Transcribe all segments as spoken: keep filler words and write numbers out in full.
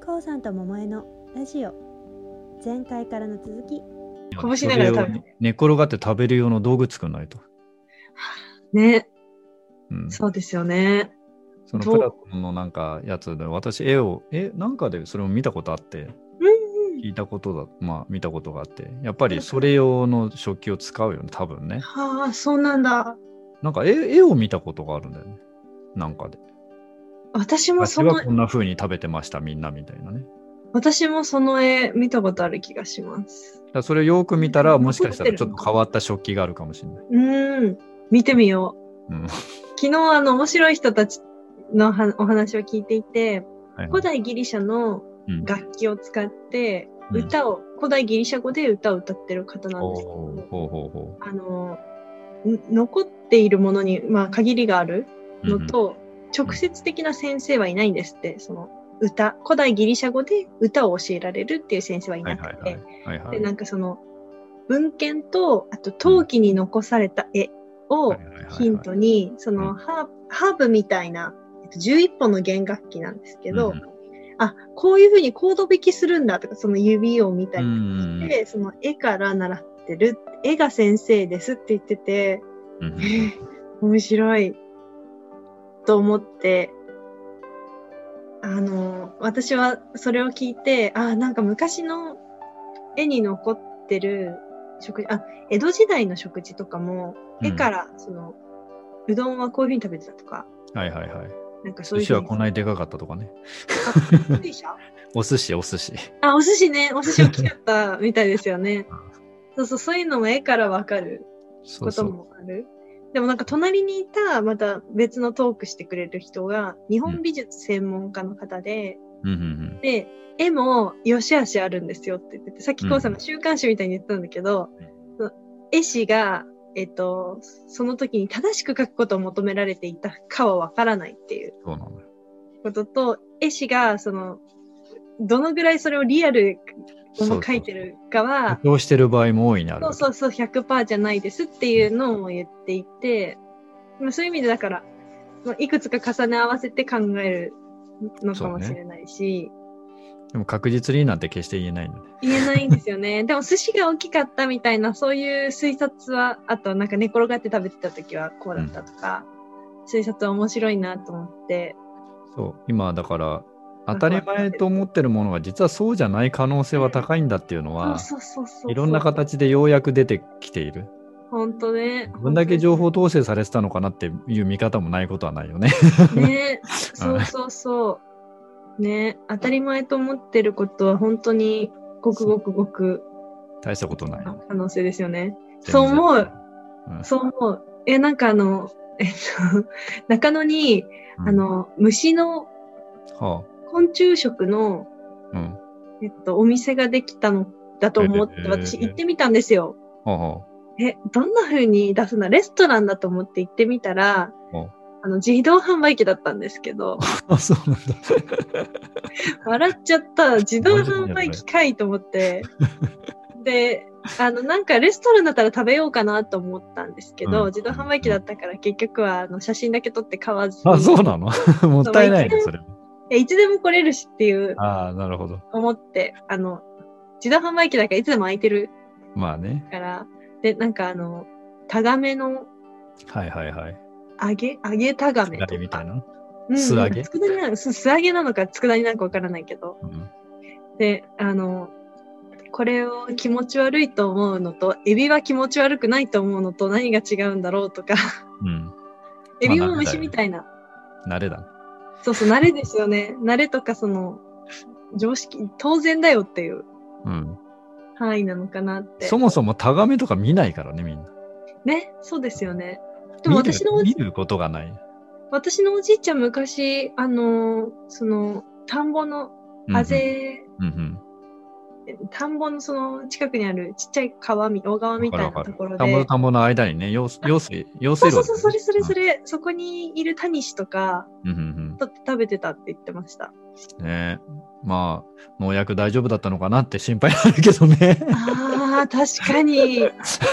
こうさんと桃江のラジオ、前回からの続き。 こぼしながら食べる。寝転がって食べる用の道具作んないと。 ね、 うん、 そうですよね。 そのプラトンのなんかやつで、私絵を、え、なんかでそれを見たことあって、 うんうん、 聞いたことだ、まあ見たことがあって、やっぱりそれ用の食器を使うよね、多分ね。 はあ、そうなんだ。 なんか絵、絵を見たことがあるんだよね。なんかで。 私もその、 私はこんな風に食べてました、みんなみたいなね。 私もその絵見たことある気がします。 だそれをよく見たら、もしかしたらちょっと変わった食器があるかもしれない。 うん、見てみよう。うん、昨日あの面白い人たちのお話を聞いていて、はいはい、古代ギリシャの楽器を使って歌を、うん、古代ギリシャ語で歌を歌ってる方なんですけど、ほうほうほう、あの残っているものに、まあ、限りがあるのと、うん、直接的な先生はいないんですって。その歌、古代ギリシャ語で歌を教えられるっていう先生はいなくて、で、なんかその文献と、あと陶器に残された絵をヒントに、そのハー、ハーブみたいなじゅういっぽんの弦楽器なんですけど、うん、あ、こういう風にコード弾きするんだとか、その指を見たりして、その絵から習ってる、絵が先生ですって言ってて、うん、面白いと思って、あの、私はそれを聞いて、あ、なんか昔の絵に残ってる食事、あ、江戸時代の食事とかも、絵から、その、うん、うどんはこういう風に食べてたとか。 はいはいはい。 なんかそういう。 寿司はこんなにでかかったとかね。 あ、寿司お寿司、お寿司。 あ、お寿司ね。お寿司大きかったみたいですよね。そうそう、そういうのも絵からわかることもある。そうそう、でもなんか隣にいた、また別のトークしてくれる人が、日本美術専門家の方で、うん、で、絵も良し悪しあるんですよって言ってて、さっきこうさんが週刊誌みたいに言ってたんだけど、うん、絵師が、えっと、その時に正しく描くことを求められていたかはわからないっていうことと、絵師が、その、どのぐらいそれをリアルを描いてるかは、 どうしてる場合も大いにある。 そうそうそう、ひゃくパーセント じゃないですっていうのを言っていて、まあ、そういう意味でだから、まあ、いくつか重ね合わせて考えるのかもしれないし、 でも確実になんて決して言えないので。 言えないんですよね。でも寿司が大きかったみたいな、そういう推察は、あとなんか寝転がって食べてた時はこうだったとか、うん、推察は面白いなと思って。 そう、今だから、当たり前と思ってるものが実はそうじゃない可能性は高いんだっていうのは、いろんな形でようやく出てきている。 本当ね。 どんだけ情報統制されてたのかなっていう見方もないことはないよね。 ね、そうそうそう。ね、当たり前と思ってることは本当にごくごくごく大したことない可能性ですよね。そう思う、うん、そう思う。え、なんかあの、えっと、中野に、うん、あの、虫の、はあ、昆虫食の、うん、えっと、お店ができたのだと思って、私行ってみたんですよ。はあはあ、え、どんな風に出すの？レストランだと思って行ってみたら、はあ、あの、自動販売機だったんですけど。 あ、そうなんだ。 笑っちゃった。自動販売機かいと思って。で、あの、なんかレストランだったら食べようかなと思ったんですけど、うん、自動販売機だったから結局は、あの、写真だけ撮って買わずに。 あ、そうなのもったいないね、それ。 いいつでも来れるしっていう。 ああ、なるほど。 思って、あの、自動販売機だからいつでも空いてる。 まあね。 から、で、なんかあの、タガメの。 はいはいはい。 揚げ、揚げタガメとか。 みたいな。 うん、 素揚げつくだ煮なの、素揚げなのか、つくだ煮なのかわからないけど。うん、で、あの、これを気持ち悪いと思うのと、エビは気持ち悪くないと思うのと何が違うんだろうとか。うん。エビも虫みたいな。 慣れだね。 そうそう、慣れですよね。慣れとかその、常識、当然だよっていう。うん。範囲なのかなって。 そもそもタガメとか見ないからね、みんな。 ね、そうですよね。でも私の見ることがない。 私のおじいちゃん昔、あの、その、田んぼの、あぜ、うんうんうん、田んぼのその近くにあるちっちゃい川み、大川みたいなところで。 田んぼと田んぼの間にね、用水、用水路。そうそうそう、それそれそれ、うん、そこにいるタニシとか、うんうんうん、と食べてたって言ってました。 ねえ。まあ、農薬大丈夫だったのかなって心配あるけどね。 ああ、確かに。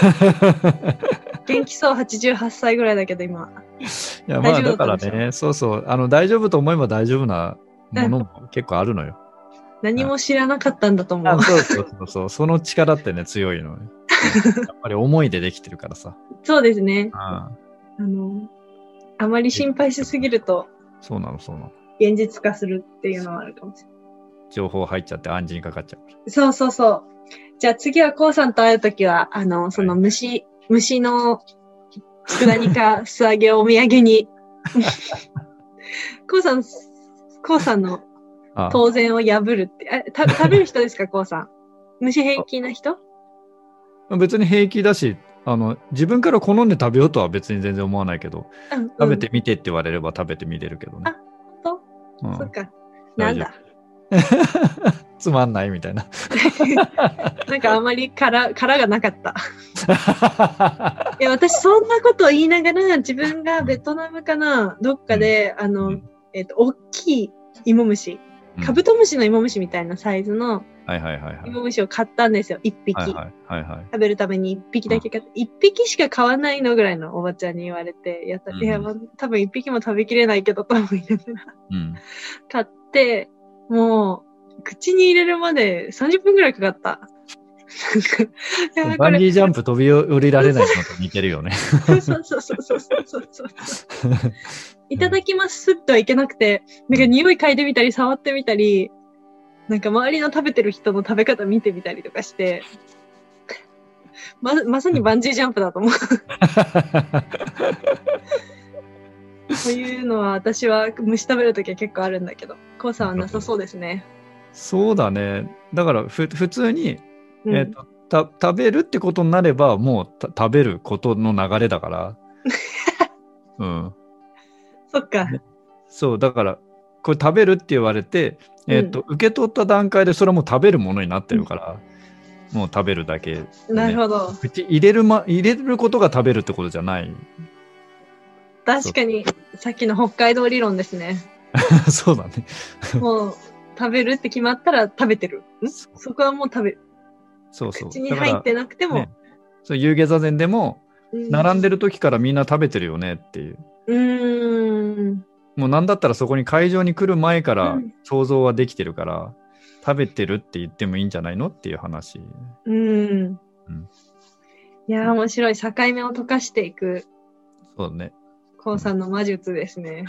元気そう、はちじゅうはっさいぐらいだけど今。 いや、まあだからね、そうそう、あの、大丈夫と思えば大丈夫なものも結構あるのよ。 何も知らなかったんだと思う。 そうそうそうそう。その力ってね、強いのね。やっぱり思いでできてるからさ。 そうですね。 ああの、あまり心配しすぎると、 そうなの、そうなの。 現実化するっていうのはあるかもしれない。 情報入っちゃって暗示にかかっちゃう。 そうそうそう。じゃあ次はコウさんと会うときは、あの、その虫、はい、虫の佃煮か素揚げをお土産に。コウさん、コウさんの当然を破るって。あた食べる人ですか、コウさん。虫平気な人？ 別に平気だし、あの、自分から好んで食べようとは別に全然思わないけど、うんうん、食べてみてって言われれば食べてみれるけどね。 あ、本当？うん、そっか。なんだ。 つまんないみたいな。 なんかあまり殻、殻がなかった。いや、私そんなことを言いながら、自分がベトナムかな、どっかで、うん、あの、うん、えっと、大きい芋虫、カブトムシの芋虫みたいなサイズの芋虫を買ったんですよ、一匹。はいはいはいはい、食べるために一匹だけ買って、一、うん、匹しか買わないのぐらいのおばちゃんに言われて、やった、うん、いや、多分一匹も食べきれないけど、と思いながら、うん、買って、もう、口に入れるまでさんじゅっぷんぐらいかかった。 バンジージャンプ飛び降りられないのと似てるよね。 そうそうそうそうそうそうそう。いただきますとはいけなくて、なんか匂い嗅いでみたり触ってみたり、なんか周りの食べてる人の食べ方見てみたりとかして、ま、まさにバンジージャンプだと思う。そういうのは私は虫食べるときは結構あるんだけど、コウさんはなさそうですね。 そうだね。だからふ普通に、うんえー、とた食べるってことになればもう食べることの流れだから。うん。 そっか。 そうだからこれ食べるって言われて、えーとうん、受け取った段階でそれはもう食べるものになってるから、うん、もう食べるだけ、ね。 なるほど。 口入れるま入れることが食べるってことじゃない。 確かにさっきの北海道理論ですね。 そうだね。 もう食べるって決まったら食べてる。ん そ, そこはもう食べる。 そうそう。 口に入ってなくても。ね、 そう遊戯座禅でも、並んでる時からみんな食べてるよねっていう。 うーん。 もうなんだったらそこに会場に来る前から想像はできてるから、うん、食べてるって言ってもいいんじゃないのっていう話。 うん。うん、いやー面白い。境目を溶かしていく。 そうね。 コウさんの魔術ですね。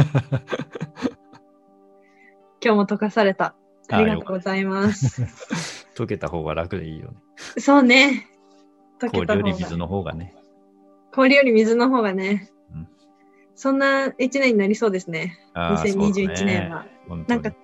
今日も溶かされた。ありがとうございます。 溶けた方が楽でいいよね。 そうね。 溶けた方が。氷より水の方がね。 氷より水の方がね。うん、そんな一年になりそうですね。にせんにじゅういちねんは。なんか、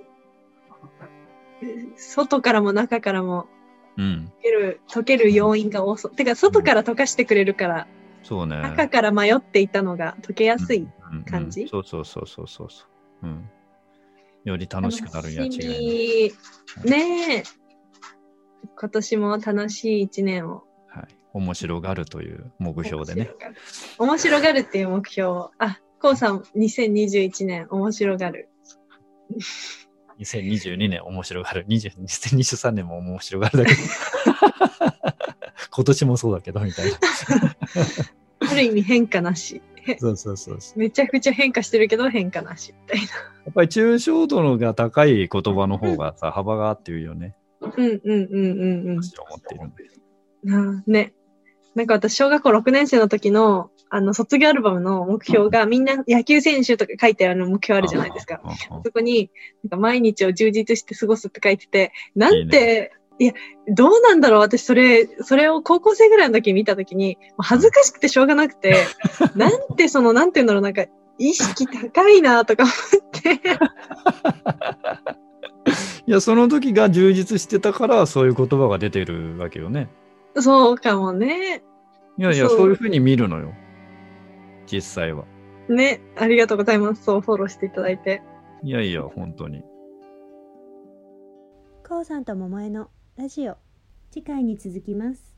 外からも中からも、うん、溶ける、溶ける要因が多そう。てか、外から溶かしてくれるから、 うん、そうね。 中から迷っていたのが溶けやすい感じ、 うんうんうん、そうそうそうそうそう。うんより楽しくなるんや違いねえ。今年も楽しい一年を。 はい。面白がるという目標でね。 面白がるっていう目標を。あ、コウさん、にせんにじゅういちねん、面白がる。 にせんにじゅうにねん、面白がる。にせんにじゅうさんねんも面白がるだけど。今年もそうだけど、みたいな。 ある意味変化なし。 そうそうそうそう。 めちゃくちゃ変化してるけど変化なしみたいな。 やっぱり抽象度のが高い言葉の方がさ、うん、幅があっていうよね。 うんうんうんうんうん。 私は思っているんで。 ああ、ね。なんか私小学校ろくねん生の時のあの卒業アルバムの目標が、うん、みんな野球選手とか書いてある目標あるじゃないですか。そこになんか毎日を充実して過ごすって書いてて、なんて、いいや、どうなんだろう私、それ、それを高校生ぐらいの時に見た時に、恥ずかしくてしょうがなくて、なんてその、なんて言うんだろう、なんか、意識高いなとか思って。 いや、その時が充実してたから、そういう言葉が出てるわけよね。 そうかもね。 いやいや、そう、そういうふうに見るのよ。実際は。 ね、ありがとうございます。そう、フォローしていただいて。 いやいや、本当に。 コウさんと桃江のラジオ、次回に続きます。